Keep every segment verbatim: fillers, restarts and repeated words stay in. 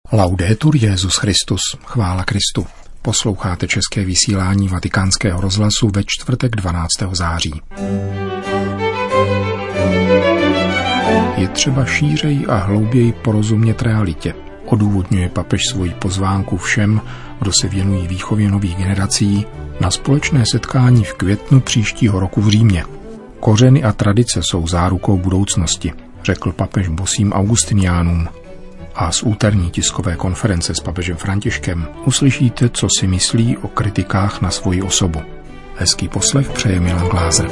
Laudetur Jesus Christus, chvála Kristu. Posloucháte české vysílání Vatikánského rozhlasu ve čtvrtek dvanáctého září. Je třeba šířej a hlouběji porozumět realitě. Odůvodňuje papež svoji pozvánku všem, kdo se věnují výchově nových generací, na společné setkání v květnu příštího roku v Římě. Kořeny a tradice jsou zárukou budoucnosti, řekl papež bosým augustiniánům. A z úterní tiskové konference s papežem Františkem uslyšíte, co si myslí o kritikách na svoji osobu. Hezký poslech přeje Milan Glázer.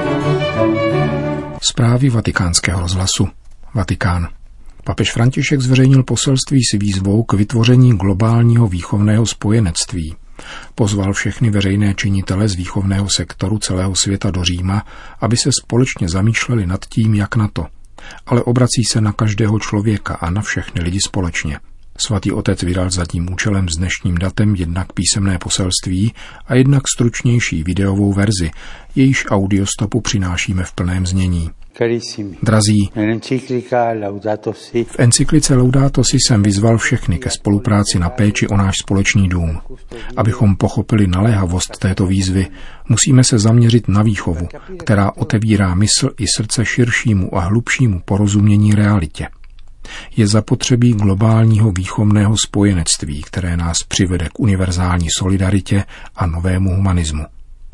Zprávy Vatikánského rozhlasu. Vatikán. Papež František zveřejnil poselství s výzvou k vytvoření globálního výchovného spojenectví. Pozval všechny veřejné činitele z výchovného sektoru celého světa do Říma, aby se společně zamýšleli nad tím, jak na to. Ale obrací se na každého člověka a na všechny lidi společně. Svatý otec vydal za tím účelem s dnešním datem jednak písemné poselství a jednak stručnější videovou verzi, jejíž audiostopu přinášíme v plném znění. Drazí, v encyklice Laudato Si jsem vyzval všechny ke spolupráci na péči o náš společný dům. Abychom pochopili naléhavost této výzvy, musíme se zaměřit na výchovu, která otevírá mysl i srdce širšímu a hlubšímu porozumění realitě. Je zapotřebí globálního výchovného spojenectví, které nás přivede k univerzální solidaritě a novému humanismu.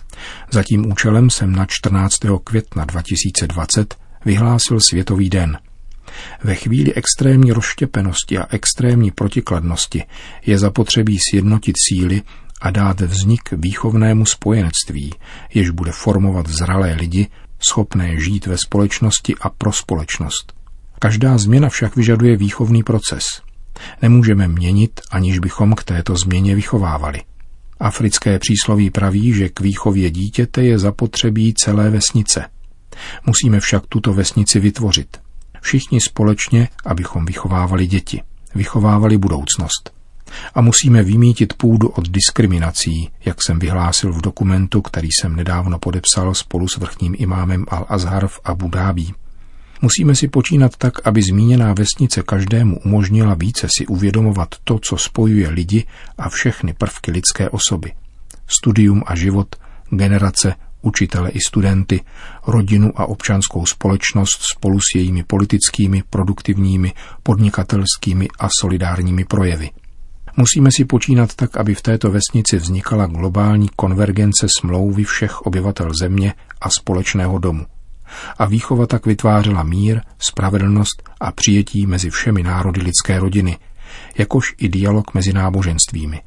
Za tím účelem jsem na čtrnáctého května dva tisíce dvacet vyhlásil Světový den. Ve chvíli extrémní rozštěpenosti a extrémní protikladnosti je zapotřebí sjednotit síly a dát vznik výchovnému spojenectví, jež bude formovat zralé lidi, schopné žít ve společnosti a pro společnost. Každá změna však vyžaduje výchovný proces. Nemůžeme měnit, aniž bychom k této změně vychovávali. Africké přísloví praví, že k výchově dítěte je zapotřebí celé vesnice. Musíme však tuto vesnici vytvořit. Všichni společně, abychom vychovávali děti, vychovávali budoucnost. A musíme vymýtit půdu od diskriminací, jak jsem vyhlásil v dokumentu, který jsem nedávno podepsal spolu s vrchním imámem Al-Azhar v Abu Dhabí. Musíme si počínat tak, aby zmíněná vesnice každému umožnila více si uvědomovat to, co spojuje lidi a všechny prvky lidské osoby. Studium a život, generace, učitele i studenty, rodinu a občanskou společnost spolu s jejími politickými, produktivními, podnikatelskými a solidárními projevy. Musíme si počínat tak, aby v této vesnici vznikala globální konvergence smlouvy všech obyvatel země a společného domu. A výchova tak vytvářela mír, spravedlnost a přijetí mezi všemi národy lidské rodiny, jakož i dialog mezi náboženstvími.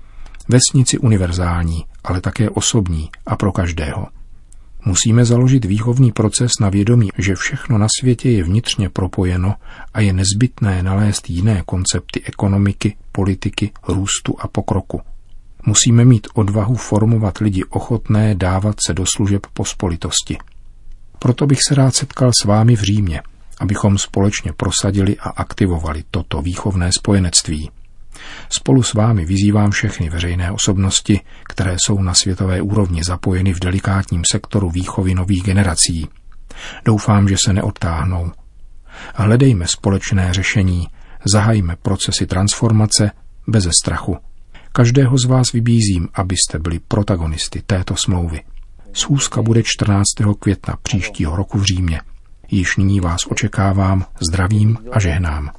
Vesnici univerzální, ale také osobní a pro každého. Musíme založit výchovný proces na vědomí, že všechno na světě je vnitřně propojeno a je nezbytné nalézt jiné koncepty ekonomiky, politiky, růstu a pokroku. Musíme mít odvahu formovat lidi ochotné dávat se do služeb pospolitosti. Proto bych se rád setkal s vámi v Římě, abychom společně prosadili a aktivovali toto výchovné spojenectví. Spolu s vámi vyzývám všechny veřejné osobnosti, které jsou na světové úrovni zapojeny v delikátním sektoru výchovy nových generací. Doufám, že se neodtáhnou. Hledejme společné řešení, zahajme procesy transformace beze strachu. Každého z vás vybízím, abyste byli protagonisty této smlouvy. Schůzka bude čtrnáctého května příštího roku v Římě. Již nyní vás očekávám, zdravím a žehnám.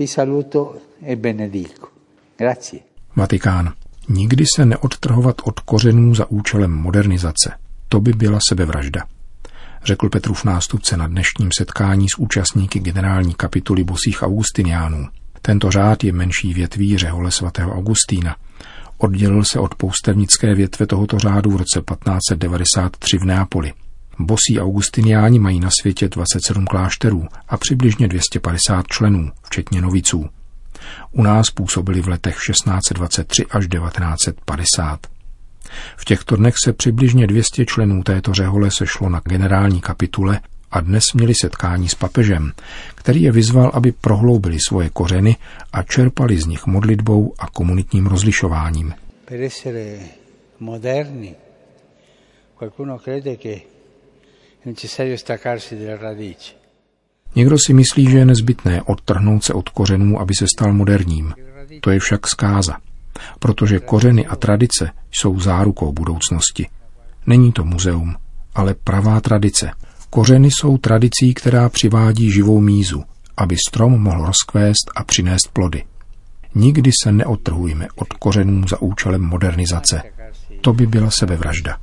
Vatikán. Nikdy se neodtrhovat od kořenů za účelem modernizace. To by byla sebevražda, řekl Petrův nástupce na dnešním setkání s účastníky generální kapituly bosých augustiniánů. Tento řád je menší větví řehole svatého Augustína. Oddělil se od poustevnické větve tohoto řádu v roce patnáct set devadesát tři v Neapoli. Bosí augustiniáni mají na světě dvacet sedm klášterů a přibližně dvě stě padesát členů, včetně noviců. U nás působili v letech šestnáct set dvacet tři až devatenáct set padesát. V těchto dnech se přibližně dvě stě členů této řehole sešlo na generální kapitule a dnes měli setkání s papežem, který je vyzval, aby prohloubili svoje kořeny a čerpali z nich modlitbou a komunitním rozlišováním. Per essere moderni, qualcuno crede che è necessario staccarsi dalle radici. Někdo si myslí, že je nezbytné odtrhnout se od kořenů, aby se stal moderním. To je však zkáza, protože kořeny a tradice jsou zárukou budoucnosti. Není to muzeum, ale pravá tradice. Kořeny jsou tradicí, která přivádí živou mízu, aby strom mohl rozkvést a přinést plody. Nikdy se neodtrhujme od kořenů za účelem modernizace. To by byla sebevražda.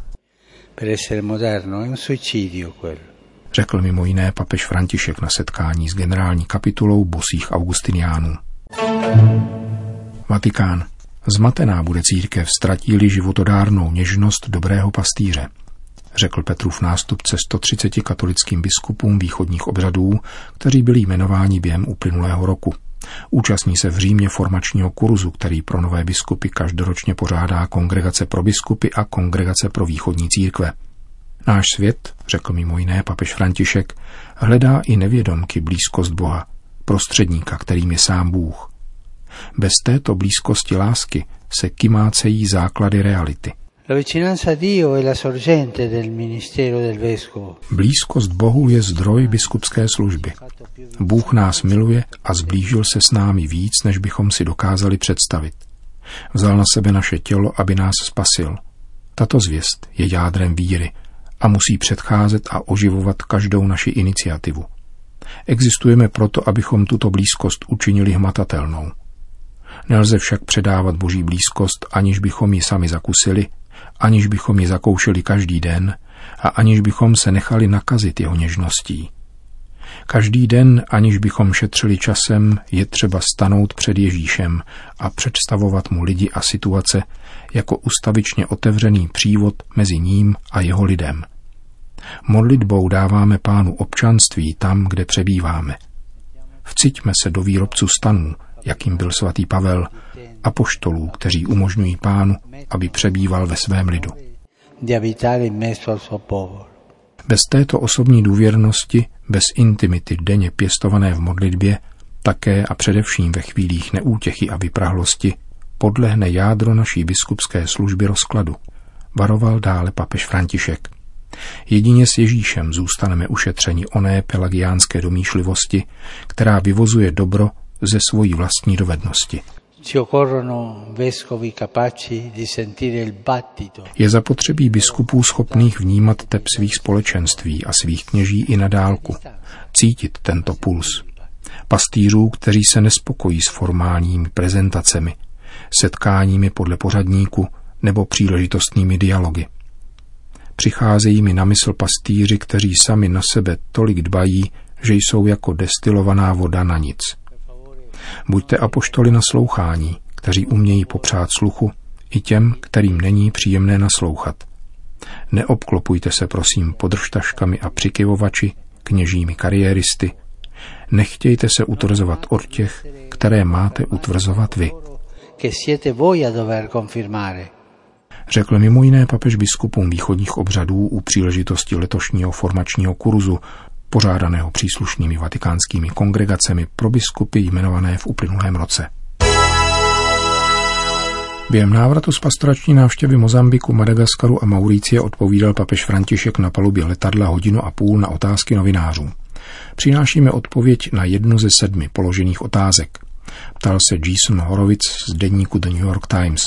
Řekl mimo jiné papež František na setkání s generální kapitulou bosých augustiniánů. Vatikán. Zmatená bude církev, ztratí-li životodárnou něžnost dobrého pastýře, řekl Petrův nástupce sto třiceti katolickým biskupům východních obřadů, kteří byli jmenováni během uplynulého roku. Účastní se v Římě formačního kurzu, který pro nové biskupy každoročně pořádá Kongregace pro biskupy a Kongregace pro východní církve. Náš svět, řekl mimo jiné papež František, hledá i nevědomky blízkost Boha, prostředníka, kterým je sám Bůh. Bez této blízkosti lásky se kymácejí základy reality. Blízkost Bohu je zdroj biskupské služby. Bůh nás miluje a zblížil se s námi víc, než bychom si dokázali představit. Vzal na sebe naše tělo, aby nás spasil. Tato zvěst je jádrem víry a musí předcházet a oživovat každou naši iniciativu. Existujeme proto, abychom tuto blízkost učinili hmatatelnou. Nelze však předávat Boží blízkost, aniž bychom ji sami zakusili, aniž bychom ji zakoušeli každý den a aniž bychom se nechali nakazit jeho něžností. Každý den, aniž bychom šetřili časem, je třeba stanout před Ježíšem a představovat mu lidi a situace jako ustavičně otevřený přívod mezi ním a jeho lidem. Modlitbou dáváme Pánu občanství tam, kde přebýváme. Vciťme se do výrobců stanů, jakým byl svatý Pavel, apoštolů, kteří umožňují Pánu, aby přebýval ve svém lidu. Bez této osobní důvěrnosti, bez intimity denně pěstované v modlitbě, také a především ve chvílích neútěchy a vyprahlosti, podlehne jádro naší biskupské služby rozkladu, varoval dále papež František. Jedině s Ježíšem zůstaneme ušetřeni oné pelagiánské domýšlivosti, která vyvozuje dobro ze svojí vlastní dovednosti. Je zapotřebí biskupů schopných vnímat tep svých společenství a svých kněží i na dálku, cítit tento puls. Pastýřů, kteří se nespokojí s formálními prezentacemi, setkáními podle pořadníku nebo příležitostnými dialogy. Přicházejí mi na mysl pastýři, kteří sami na sebe tolik dbají, že jsou jako destilovaná voda na nic. Buďte apoštoly naslouchání, kteří umějí popřát sluchu i těm, kterým není příjemné naslouchat. Neobklopujte se prosím podržtaškami a přikyvovači, kněžími kariéristy. Nechtějte se utvrzovat od těch, které máte utvrzovat vy. Řekl mimo jiné papež biskupům východních obřadů u příležitosti letošního formačního kurzu, pořádaného příslušnými vatikánskými kongregacemi pro biskupy jmenované v uplynulém roce. Během návratu z pastorační návštěvy Mozambiku, Madagaskaru a Mauricie odpovídal papež František na palubě letadla hodinu a půl na otázky novinářů. Přinášíme odpověď na jednu ze sedmi položených otázek. Ptal se Jason Horowitz z deníku The New York Times.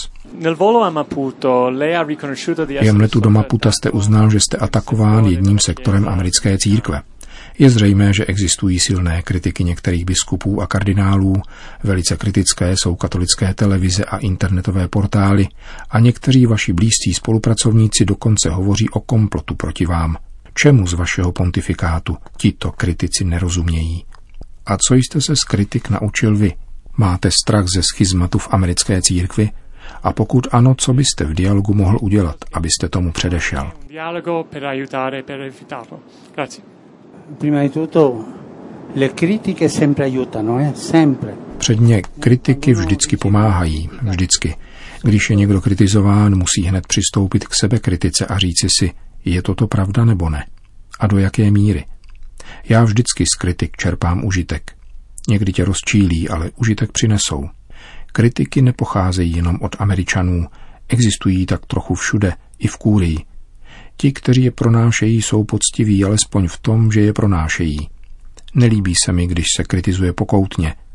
Během letu do Maputa jste uznal, že jste atakován jedním sektorem americké církve. Je zřejmé, že existují silné kritiky některých biskupů a kardinálů, velice kritické jsou katolické televize a internetové portály a někteří vaši blízcí spolupracovníci dokonce hovoří o komplotu proti vám. Čemu z vašeho pontifikátu tito kritici nerozumějí? A co jste se z kritik naučil vy? Máte strach ze schizmatu v americké církvi? A pokud ano, co byste v dialogu mohl udělat, abyste tomu předešel? Předně kritiky vždycky pomáhají, vždycky. Když je někdo kritizován, musí hned přistoupit k sebekritice a říci si, je toto pravda nebo ne? A do jaké míry? Já vždycky z kritik čerpám užitek. Někdy tě rozčílí, ale užitek přinesou. Kritiky nepocházejí jenom od Američanů, existují tak trochu všude, i v Kúrii. Ti, kteří je pronášejí, jsou poctiví alespoň v tom, že je pronášejí. Nelíbí se mi, když se kritizuje pokoutně.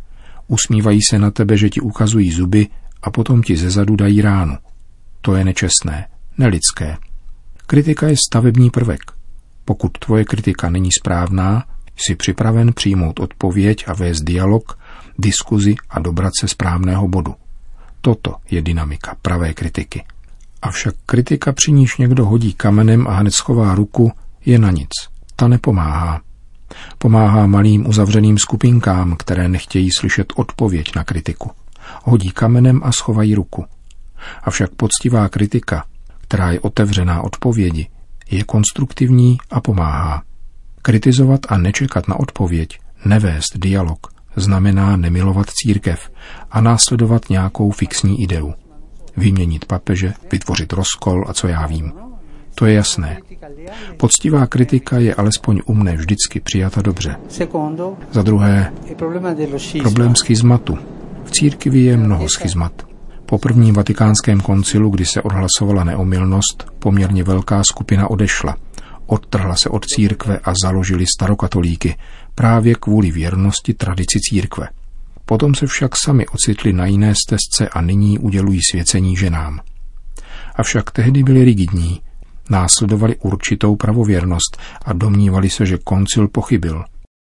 Usmívají se na tebe, že ti ukazují zuby a potom ti zezadu dají ránu. To je nečestné, nelidské. Kritika je stavební prvek. Pokud tvoje kritika není správná, jsi připraven přijmout odpověď a vést dialog, diskuzi a dobrat se správného bodu. Toto je dynamika pravé kritiky. Avšak kritika, při níž někdo hodí kamenem a hned schová ruku, je na nic. Ta nepomáhá. Pomáhá malým uzavřeným skupinkám, které nechtějí slyšet odpověď na kritiku. Hodí kamenem a schovají ruku. Avšak poctivá kritika, která je otevřená odpovědi, je konstruktivní a pomáhá. Kritizovat a nečekat na odpověď, nevést dialog, znamená nemilovat církev a následovat nějakou fixní ideu. Vyměnit papeže, vytvořit rozkol a co já vím. To je jasné. Poctivá kritika je alespoň u mne vždycky přijata dobře. Za druhé, problém schizmatu. V církvi je mnoho schizmat. Po prvním vatikánském koncilu, kdy se odhlasovala neomylnost, poměrně velká skupina odešla. Odtrhla se od církve a založili starokatolíky, právě kvůli věrnosti tradici církve. Potom se však sami ocitli na jiné stezce a nyní udělují svěcení ženám. Avšak tehdy byli rigidní, následovali určitou pravověrnost a domnívali se, že koncil pochybil.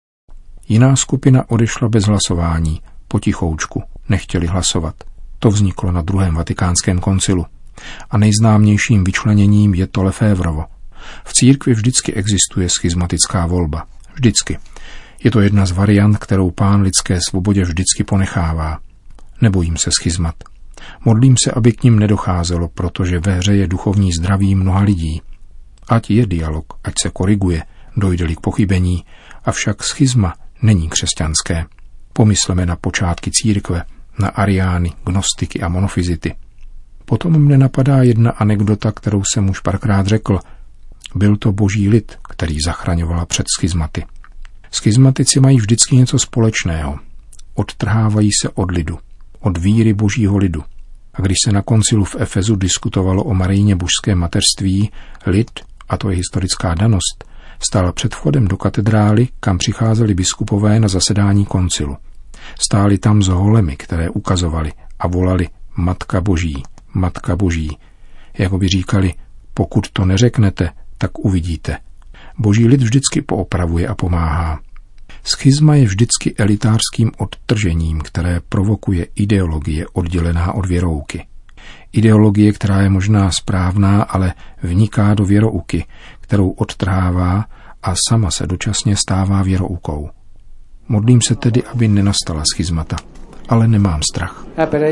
Jiná skupina odešla bez hlasování, potichoučku, nechtěli hlasovat. To vzniklo na druhém vatikánském koncilu. A nejznámějším vyčleněním je to Lefévrovo. V církvi vždycky existuje schizmatická volba. Vždycky. Je to jedna z variant, kterou Pán lidské svobodě vždycky ponechává. Nebojím se schizmat. Modlím se, aby k nim nedocházelo, protože ve hře je duchovní zdraví mnoha lidí. Ať je dialog, ať se koriguje, dojde-li k pochybení, avšak schizma není křesťanské. Pomysleme na počátky církve, na ariány, gnostiky a monofizity. Potom mne napadá jedna anekdota, kterou jsem už párkrát řekl. Byl to boží lid, který zachraňoval před schizmaty. Schizmatici mají vždycky něco společného. Odtrhávají se od lidu, od víry božího lidu. A když se na koncilu v Efezu diskutovalo o Marijně božském mateřství, lid, a to je historická danost, stál před vchodem do katedrály, kam přicházeli biskupové na zasedání koncilu. Stáli tam s holemi, které ukazovali a volali Matka Boží, Matka Boží. Jako by říkali, pokud to neřeknete, tak uvidíte. Boží lid vždycky poopravuje a pomáhá. Schizma je vždycky elitářským odtržením, které provokuje ideologie oddělená od věrouky. Ideologie, která je možná správná, ale vniká do věrouky, kterou odtrhává a sama se dočasně stává věroukou. Modlím se tedy, aby nenastala schizmata, ale nemám strach.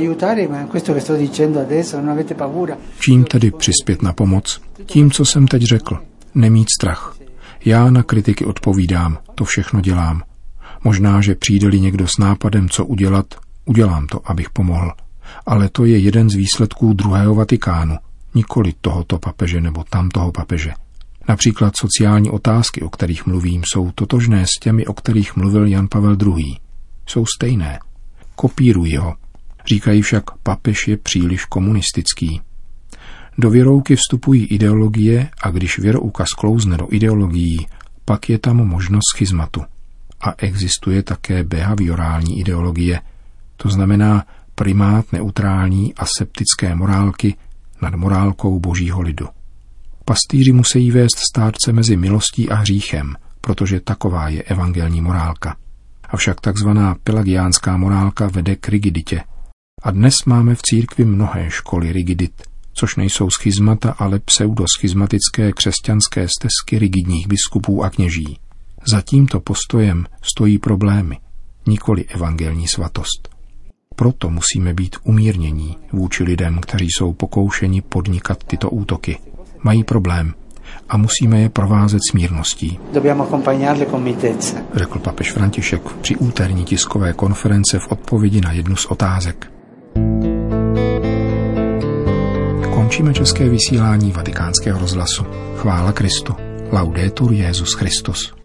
Čím tedy přispět na pomoc? Tím, co jsem teď řekl. Nemít strach. Já na kritiky odpovídám, to všechno dělám. Možná, že přijde-li někdo s nápadem, co udělat, udělám to, abych pomohl. Ale to je jeden z výsledků druhého Vatikánu, nikoli tohoto papeže nebo tamtoho papeže. Například sociální otázky, o kterých mluvím, jsou totožné s těmi, o kterých mluvil Jan Pavel druhý. Jsou stejné. Kopírují ho. Říkají však, papež je příliš komunistický. Do věrouky vstupují ideologie a když věrouka sklouzne do ideologií, pak je tam možnost schizmatu. A existuje také behaviorální ideologie, to znamená primát neutrální a septické morálky nad morálkou božího lidu. Pastýři musí vést stádce mezi milostí a hříchem, protože taková je evangelní morálka. Avšak takzvaná pelagiánská morálka vede k rigiditě. A dnes máme v církvi mnohé školy rigidit, což nejsou schizmata, ale pseudoschizmatické křesťanské stezky rigidních biskupů a kněží. Za tímto postojem stojí problémy, nikoli evangelní svatost. Proto musíme být umírnění vůči lidem, kteří jsou pokoušeni podnikat tyto útoky. Mají problém a musíme je provázet smírností, řekl papež František při úterní tiskové konference v odpovědi na jednu z otázek. Končíme české vysílání Vatikánského rozhlasu. Chvála Kristu. Laudetur Jesus Christus.